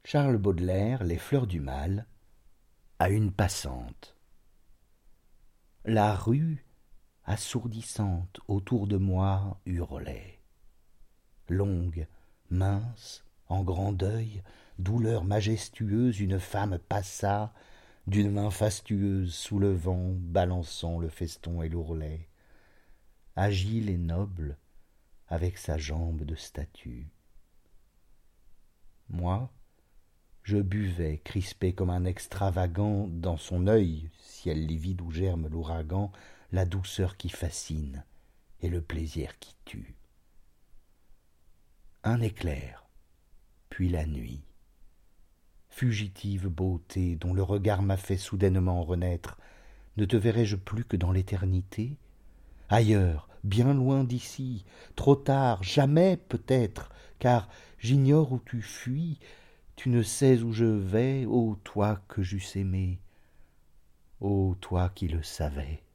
Charles Baudelaire, Les fleurs du mal, à une passante. La rue, assourdissante, autour de moi hurlait. Longue, mince, en grand deuil, douleur majestueuse, une femme passa, d'une main fastueuse, soulevant, balançant le feston et l'ourlet, agile et noble, avec sa jambe de statue. Moi, je buvais, crispé comme un extravagant, dans son œil, ciel livide où germe l'ouragan, la douceur qui fascine et le plaisir qui tue. Un éclair, puis la nuit. Fugitive beauté dont le regard m'a fait soudainement renaître, ne te verrai-je plus que dans l'éternité? Ailleurs, bien loin d'ici, trop tard, jamais peut-être, car j'ignore où tu fuis, tu ne sais où je vais, ô toi que j'eusse aimé, ô toi qui le savais.